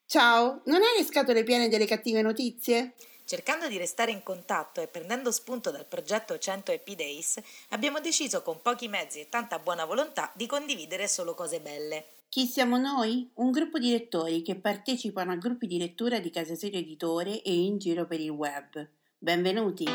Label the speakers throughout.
Speaker 1: Ciao, non hai le scatole piene delle cattive notizie?
Speaker 2: Cercando di restare in contatto e prendendo spunto dal progetto 100 Happy Days, abbiamo deciso con pochi mezzi e tanta buona volontà di condividere solo cose belle.
Speaker 1: Chi siamo noi? Un gruppo di lettori che partecipano a gruppi di lettura di Casa Serio Editore e in giro per il web. Benvenuti!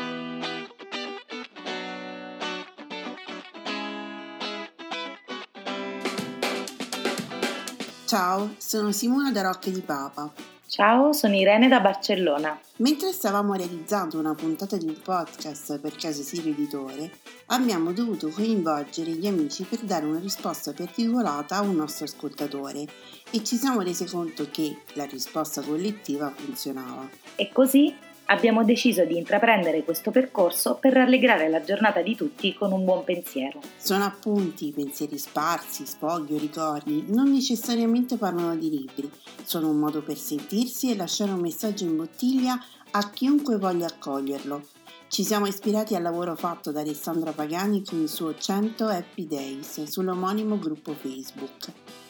Speaker 1: Ciao, sono Simona da Rocche di Papa.
Speaker 3: Ciao, sono Irene da Barcellona.
Speaker 1: Mentre stavamo realizzando una puntata di un podcast per Casa Serio Editore, abbiamo dovuto coinvolgere gli amici per dare una risposta più articolata a un nostro ascoltatore e ci siamo resi conto che la risposta collettiva funzionava.
Speaker 3: E così abbiamo deciso di intraprendere questo percorso per rallegrare la giornata di tutti con un buon pensiero.
Speaker 1: Sono appunti, pensieri sparsi, sfoghi o ricordi, non necessariamente parlano di libri, sono un modo per sentirsi e lasciare un messaggio in bottiglia a chiunque voglia accoglierlo. Ci siamo ispirati al lavoro fatto da Alessandra Pagani con il suo 100 Happy Days sull'omonimo gruppo Facebook.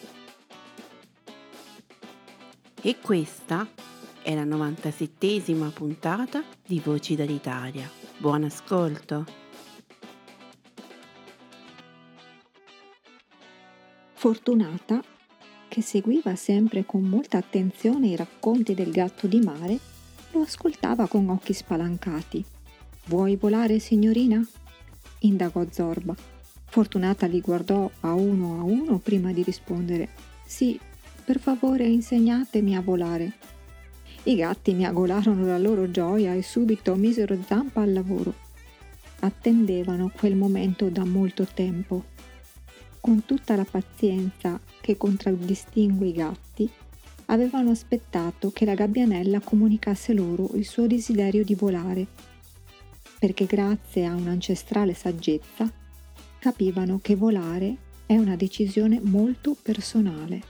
Speaker 1: E questa è la 97esima puntata di Voci dall'Italia. Buon ascolto!
Speaker 4: Fortunata, che seguiva sempre con molta attenzione i racconti del gatto di mare, lo ascoltava con occhi spalancati. «Vuoi volare, signorina?» indagò Zorba. Fortunata li guardò a uno prima di rispondere. «Sì, per favore insegnatemi a volare». I gatti miagolarono la loro gioia e subito misero zampa al lavoro. Attendevano quel momento da molto tempo. Con tutta la pazienza che contraddistingue i gatti, avevano aspettato che la gabbianella comunicasse loro il suo desiderio di volare, perché grazie a un'ancestrale saggezza capivano che volare è una decisione molto personale.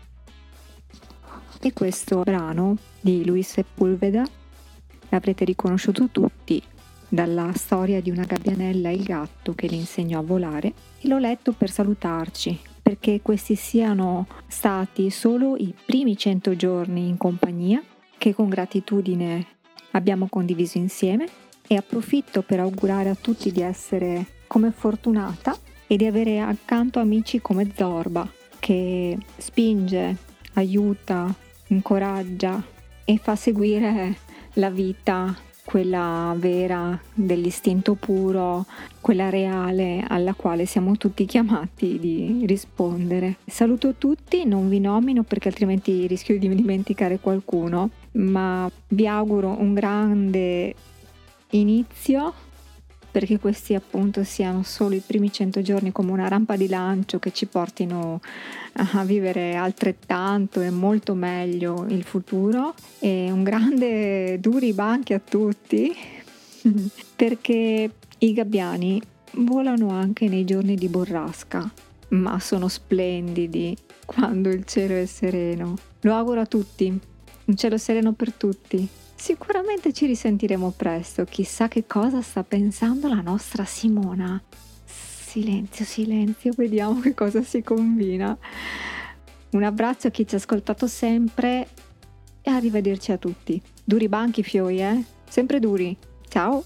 Speaker 4: E questo brano di Luis Sepúlveda l'avrete riconosciuto tutti dalla storia di una gabbianella e il gatto che le insegnò a volare, e l'ho letto per salutarci, perché questi siano stati solo i primi 100 giorni in compagnia che con gratitudine abbiamo condiviso insieme, e approfitto per augurare a tutti di essere come Fortunata e di avere accanto amici come Zorba, che spinge, aiuta, incoraggia e fa seguire la vita, quella vera, dell'istinto puro, quella reale alla quale siamo tutti chiamati di rispondere. Saluto tutti, non vi nomino perché altrimenti rischio di dimenticare qualcuno, ma vi auguro un grande inizio, perché questi appunto siano solo i primi 100 giorni come una rampa di lancio che ci portino a vivere altrettanto e molto meglio il futuro, e un grande duri banchi a tutti perché i gabbiani volano anche nei giorni di borrasca, ma sono splendidi quando il cielo è sereno. Lo auguro a tutti, un cielo sereno per tutti. Sicuramente ci risentiremo presto, chissà che cosa sta pensando la nostra Simona. Silenzio, vediamo che cosa si combina. Un abbraccio a chi ci ha ascoltato sempre e arrivederci a tutti. Duri banchi, fioi, sempre duri. Ciao!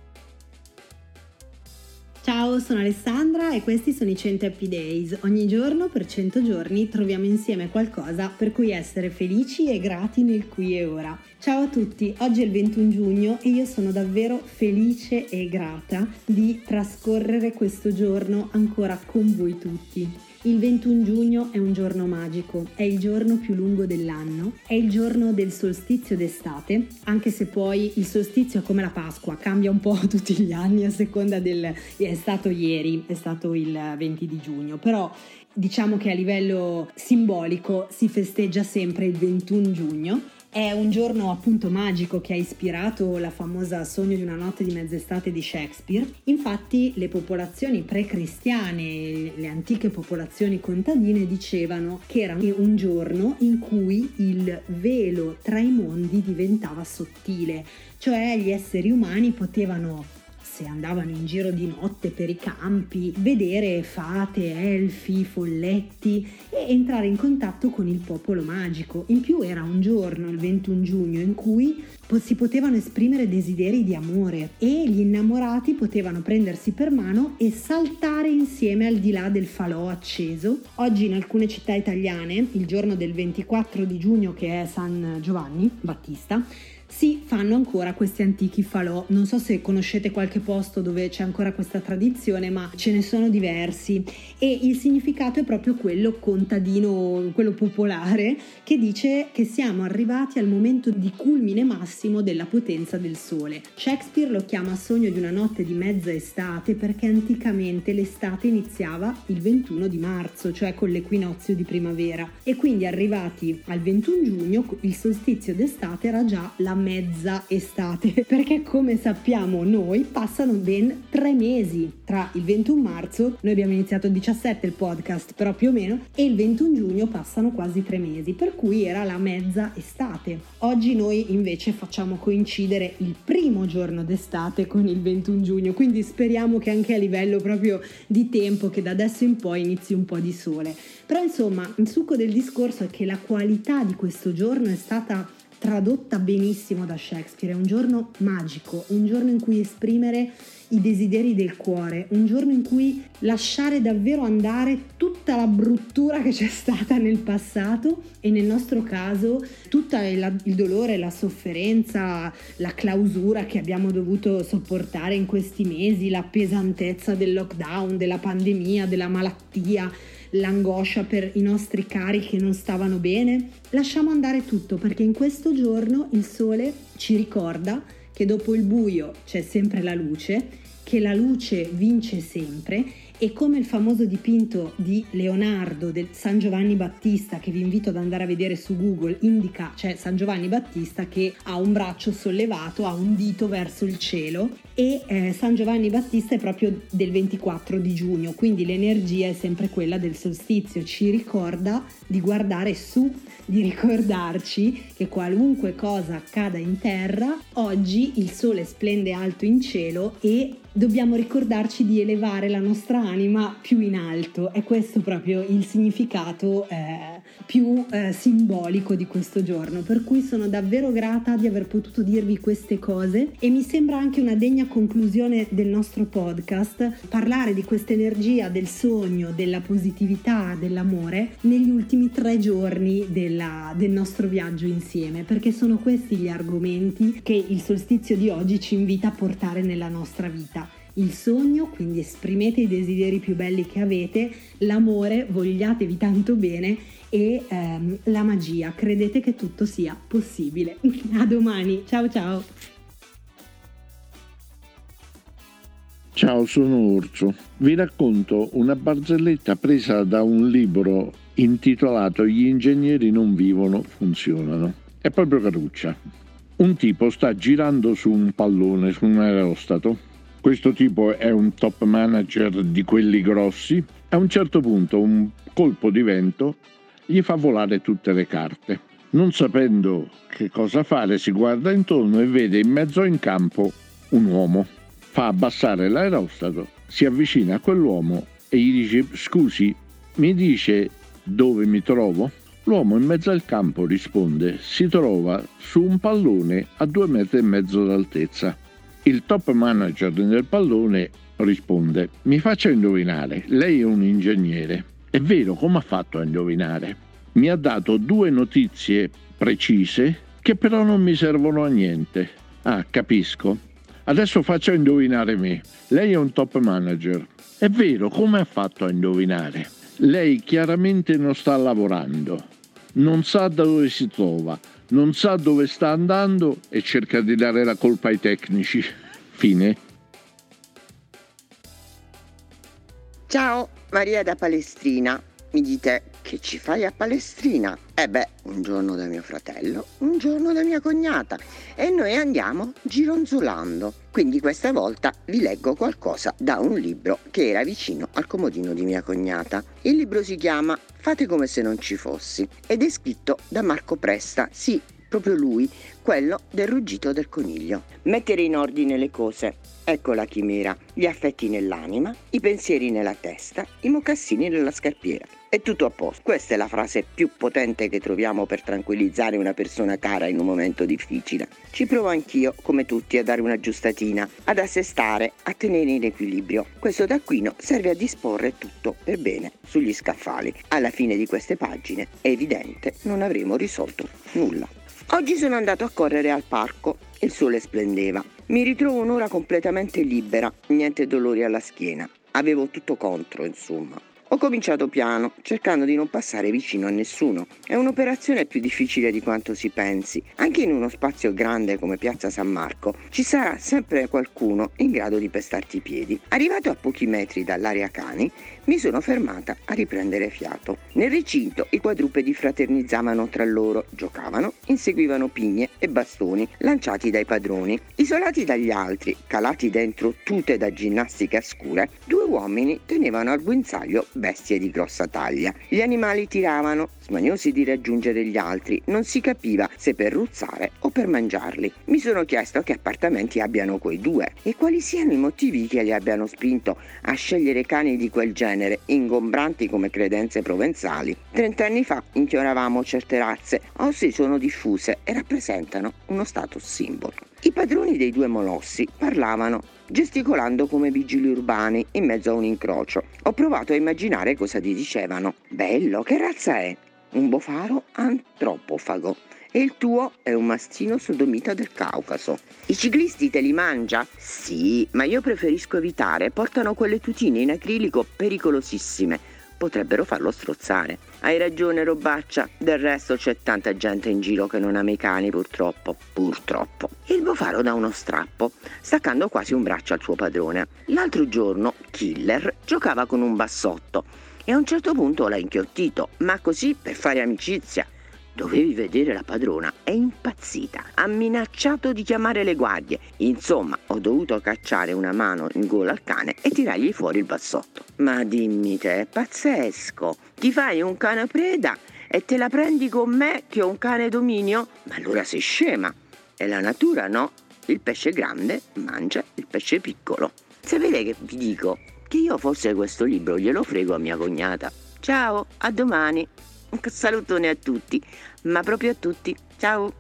Speaker 5: Ciao, sono Alessandra e questi sono i 100 Happy Days. Ogni giorno per 100 giorni troviamo insieme qualcosa per cui essere felici e grati nel qui e ora. Ciao a tutti, oggi è il 21 giugno e io sono davvero felice e grata di trascorrere questo giorno ancora con voi tutti. Il 21 giugno è un giorno magico, è il giorno più lungo dell'anno, è il giorno del solstizio d'estate, anche se poi il solstizio è come la Pasqua, cambia un po' tutti gli anni a seconda è stato ieri, è stato il 20 di giugno, però diciamo che a livello simbolico si festeggia sempre il 21 giugno. È un giorno appunto magico che ha ispirato la famosa Sogno di una notte di mezz'estate di Shakespeare. Infatti le popolazioni pre-cristiane, le antiche popolazioni contadine dicevano che era un giorno in cui il velo tra i mondi diventava sottile, cioè gli esseri umani potevano ragazze andavano in giro di notte per i campi, vedere fate, elfi, folletti e entrare in contatto con il popolo magico. In più era un giorno, il 21 giugno, in cui si potevano esprimere desideri di amore e gli innamorati potevano prendersi per mano e saltare insieme al di là del falò acceso. Oggi in alcune città italiane, il giorno del 24 di giugno che è San Giovanni Battista, si fanno ancora questi antichi falò. Non so se conoscete qualche posto dove c'è ancora questa tradizione, ma ce ne sono diversi e il significato è proprio quello contadino, quello popolare, che dice che siamo arrivati al momento di culmine massimo della potenza del sole. Shakespeare lo chiama sogno di una notte di mezza estate perché anticamente l'estate iniziava il 21 di marzo, cioè con l'equinozio di primavera, e quindi arrivati al 21 giugno il solstizio d'estate era già la mezza estate, perché come sappiamo noi passano ben 3 mesi tra il 21 marzo, noi abbiamo iniziato il 17 il podcast, però più o meno, e il 21 giugno passano quasi 3 mesi, per cui era la mezza estate. Oggi noi invece facciamo coincidere il primo giorno d'estate con il 21 giugno, quindi speriamo che anche a livello proprio di tempo, che da adesso in poi inizi un po' di sole. Però insomma, il succo del discorso è che la qualità di questo giorno è stata tradotta benissimo da Shakespeare. È un giorno magico, un giorno in cui esprimere i desideri del cuore, un giorno in cui lasciare davvero andare tutta la bruttura che c'è stata nel passato e nel nostro caso tutto il dolore, la sofferenza, la clausura che abbiamo dovuto sopportare in questi mesi, la pesantezza del lockdown, della pandemia, della malattia, l'angoscia per i nostri cari che non stavano bene. Lasciamo andare tutto, perché in questo giorno il sole ci ricorda che dopo il buio c'è sempre la luce, che la luce vince sempre, e come il famoso dipinto di Leonardo del San Giovanni Battista, che vi invito ad andare a vedere su Google, indica, c'è San Giovanni Battista che ha un braccio sollevato, ha un dito verso il cielo, e San Giovanni Battista è proprio del 24 di giugno, quindi l'energia è sempre quella del solstizio, ci ricorda di guardare su, di ricordarci che qualunque cosa accada in terra, oggi il sole splende alto in cielo e dobbiamo ricordarci di elevare la nostra anima più in alto. È questo proprio il significato più simbolico di questo giorno, per cui sono davvero grata di aver potuto dirvi queste cose, e mi sembra anche una degna conclusione del nostro podcast parlare di questa energia del sogno, della positività, dell'amore negli ultimi 3 giorni del nostro viaggio insieme, perché sono questi gli argomenti che il solstizio di oggi ci invita a portare nella nostra vita. Il sogno, quindi esprimete i desideri più belli che avete, l'amore, vogliatevi tanto bene, e la magia, credete che tutto sia possibile. A domani, ciao ciao!
Speaker 6: Ciao, sono Orso. Vi racconto una barzelletta presa da un libro intitolato Gli ingegneri non vivono, funzionano. È proprio caruccia. Un tipo sta girando su un pallone, su un aerostato. Questo tipo è un top manager di quelli grossi. A un certo punto un colpo di vento gli fa volare tutte le carte. Non sapendo che cosa fare, si guarda intorno e vede in mezzo in campo un uomo. Fa abbassare l'aerostato, si avvicina a quell'uomo e gli dice: scusi, mi dice dove mi trovo? L'uomo in mezzo al campo risponde: si trova su un pallone a 2,5 metri d'altezza. Il top manager del pallone risponde: mi faccia indovinare, lei è un ingegnere. È vero, come ha fatto a indovinare? Mi ha dato 2 notizie precise che però non mi servono a niente. Ah, capisco. Adesso faccia indovinare me. Lei è un top manager. È vero, come ha fatto a indovinare? Lei chiaramente non sta lavorando, non sa da dove si trova, non sa dove sta andando e cerca di dare la colpa ai tecnici. Fine.
Speaker 7: Ciao, Maria da Palestrina. Mi dite: che ci fai a Palestrina? Un giorno da mio fratello, un giorno da mia cognata, e noi andiamo gironzolando. Quindi questa volta vi leggo qualcosa da un libro che era vicino al comodino di mia cognata. Il libro si chiama Fate come se non ci fossi ed è scritto da Marco Presta. Sì, proprio lui, quello del ruggito del coniglio. Mettere in ordine le cose, ecco la chimera, gli affetti nell'anima, i pensieri nella testa, i mocassini nella scarpiera. È tutto a posto. Questa è la frase più potente che troviamo per tranquillizzare una persona cara in un momento difficile. Ci provo anch'io, come tutti, a dare una giustatina, ad assestare, a tenere in equilibrio. Questo taccuino serve a disporre tutto per bene sugli scaffali. Alla fine di queste pagine è evidente non avremo risolto nulla. Oggi sono andato a correre al parco. Il sole splendeva. Mi ritrovo un'ora completamente libera, niente dolori alla schiena. Avevo tutto contro, insomma. Ho cominciato piano, cercando di non passare vicino a nessuno. È un'operazione più difficile di quanto si pensi. Anche in uno spazio grande come Piazza San Marco ci sarà sempre qualcuno in grado di pestarti i piedi. Arrivato a pochi metri dall'area cani, mi sono fermata a riprendere fiato. Nel recinto i quadrupedi fraternizzavano tra loro, giocavano, inseguivano pigne e bastoni lanciati dai padroni. Isolati dagli altri, calati dentro tute da ginnastica scure, due uomini tenevano al guinzaglio bestie di grossa taglia. Gli animali tiravano, smaniosi di raggiungere gli altri, non si capiva se per ruzzare o per mangiarli. Mi sono chiesto che appartamenti abbiano quei due e quali siano i motivi che li abbiano spinto a scegliere cani di quel genere, ingombranti come credenze provenzali. 30 anni fa inchioravamo certe razze, oggi sono diffuse e rappresentano uno status symbol. I padroni dei due molossi parlavano, gesticolando come vigili urbani in mezzo a un incrocio. Ho provato a immaginare cosa ti dicevano. Bello, che razza è? Un bofaro antropofago. E il tuo è un mastino sodomita del Caucaso. I ciclisti te li mangia? Sì, ma io preferisco evitare. Portano quelle tutine in acrilico pericolosissime. Potrebbero farlo strozzare. Hai ragione, robaccia. Del resto c'è tanta gente in giro che non ama i cani, purtroppo. Purtroppo. Il bofaro dà uno strappo, staccando quasi un braccio al suo padrone. L'altro giorno, Killer giocava con un bassotto e a un certo punto l'ha inchiottito, ma così per fare amicizia. Dovevi vedere la padrona, è impazzita. Ha minacciato di chiamare le guardie. Insomma, ho dovuto cacciare una mano in gola al cane e tirargli fuori il bassotto. Ma dimmi te, è pazzesco. Ti fai un cane preda e te la prendi con me che ho un cane dominio? Ma allora sei scema. È la natura, no? Il pesce grande mangia il pesce piccolo. Sapete che vi dico? Che io forse questo libro glielo frego a mia cognata. Ciao, a domani. Un salutone a tutti, ma proprio a tutti. Ciao.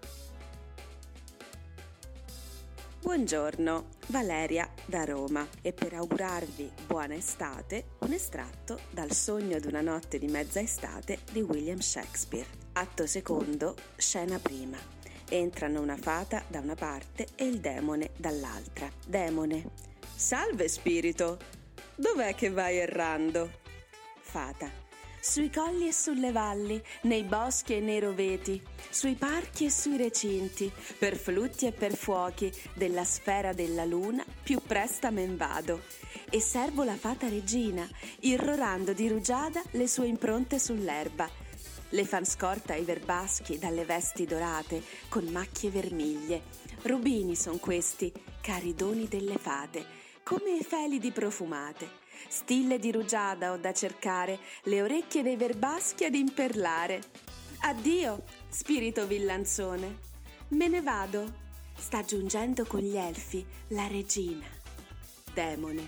Speaker 8: Buongiorno, Valeria da Roma e per augurarvi buona estate un estratto dal Sogno d'una notte di mezza estate di William Shakespeare. Atto secondo, scena prima. Entrano una fata da una parte e il demone dall'altra. Demone: salve spirito, dov'è che vai errando? Fata: sui colli e sulle valli, nei boschi e nei roveti, sui parchi e sui recinti, per flutti e per fuochi della sfera della luna, più presta men vado. E servo la fata regina, irrorando di rugiada le sue impronte sull'erba. Le fan scorta i verbaschi dalle vesti dorate, con macchie vermiglie. Rubini son questi, cari doni delle fate, come felidi profumate. Stille di rugiada ho da cercare, le orecchie dei verbaschi ad imperlare. Addio, spirito villanzone, me ne vado. Sta giungendo con gli elfi la regina. Demone: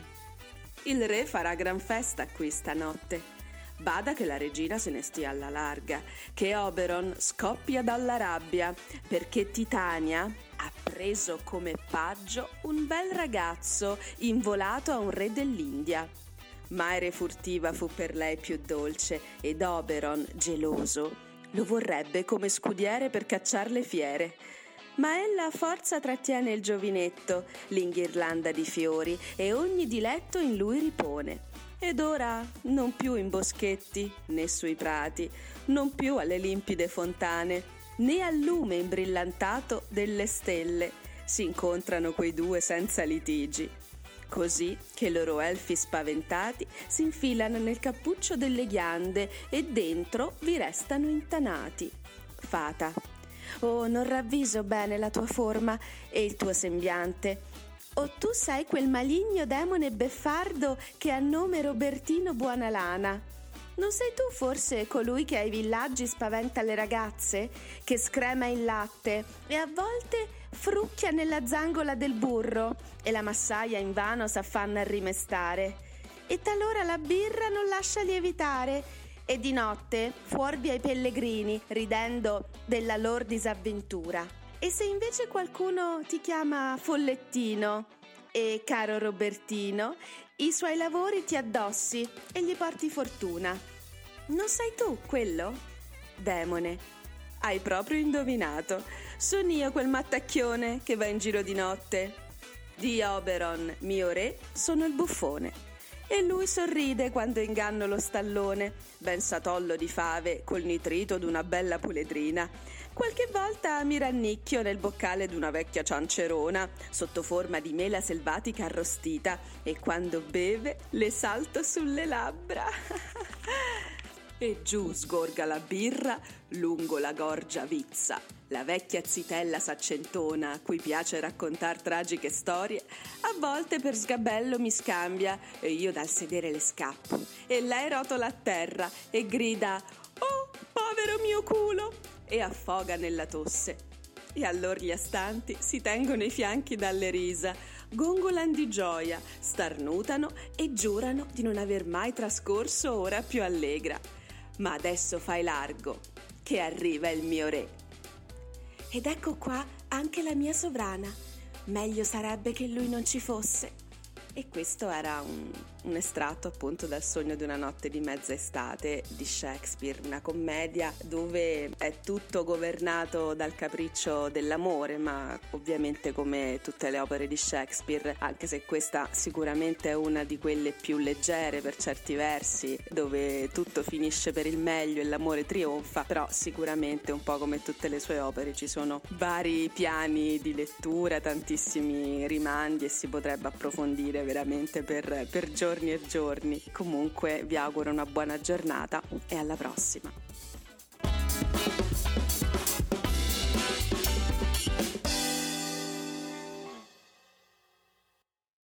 Speaker 8: il re farà gran festa qui stanotte. Bada che la regina se ne stia alla larga, che Oberon scoppia dalla rabbia, perché Titania ha preso come paggio un bel ragazzo involato a un re dell'India. Maere furtiva fu per lei più dolce ed Oberon, geloso, lo vorrebbe come scudiere per cacciar le fiere. Ma ella a forza trattiene il giovinetto, l'inghirlanda di fiori, e ogni diletto in lui ripone. Ed ora non più in boschetti né sui prati, non più alle limpide fontane, né al lume imbrillantato delle stelle si incontrano quei due senza litigi. Così che loro elfi spaventati si infilano nel cappuccio delle ghiande e dentro vi restano intanati. Fata: oh, non ravviso bene la tua forma e il tuo sembiante. O tu sei quel maligno demone beffardo che ha nome Robertino Buonalana? Non sei tu forse colui che ai villaggi spaventa le ragazze, che screma il latte e a volte frucchia nella zangola del burro e la massaia invano s'affanna a rimestare e talora la birra non lascia lievitare e di notte fuorbi ai pellegrini ridendo della lor disavventura. E se invece qualcuno ti chiama follettino e caro Robertino, i suoi lavori ti addossi e gli porti fortuna. Non sei tu quello? Demone, hai proprio indovinato. Sono io quel mattacchione che va in giro di notte. Di Oberon, mio re, sono il buffone. E lui sorride quando inganno lo stallone, ben satollo di fave col nitrito d'una bella puledrina. Qualche volta mi rannicchio nel boccale d'una vecchia ciancerona sotto forma di mela selvatica arrostita e quando beve le salto sulle labbra. E giù sgorga la birra lungo la gorgia vizza. La vecchia zitella saccentona, a cui piace raccontar tragiche storie, a volte per sgabello mi scambia e io dal sedere le scappo. E lei rotola a terra e grida «Oh, povero mio culo!» e affoga nella tosse. E allora gli astanti si tengono i fianchi dalle risa, gongolan di gioia, starnutano e giurano di non aver mai trascorso ora più allegra. Ma adesso fai largo, che arriva il mio re. Ed ecco qua anche la mia sovrana. Meglio sarebbe che lui non ci fosse. E questo era un estratto appunto dal Sogno di una notte di mezza estate di Shakespeare, una commedia dove è tutto governato dal capriccio dell'amore, ma ovviamente come tutte le opere di Shakespeare, anche se questa sicuramente è una di quelle più leggere per certi versi, dove tutto finisce per il meglio e l'amore trionfa, però sicuramente un po' come tutte le sue opere ci sono vari piani di lettura, tantissimi rimandi e si potrebbe approfondire veramente per giorni e giorni. Comunque vi auguro una buona giornata e alla prossima.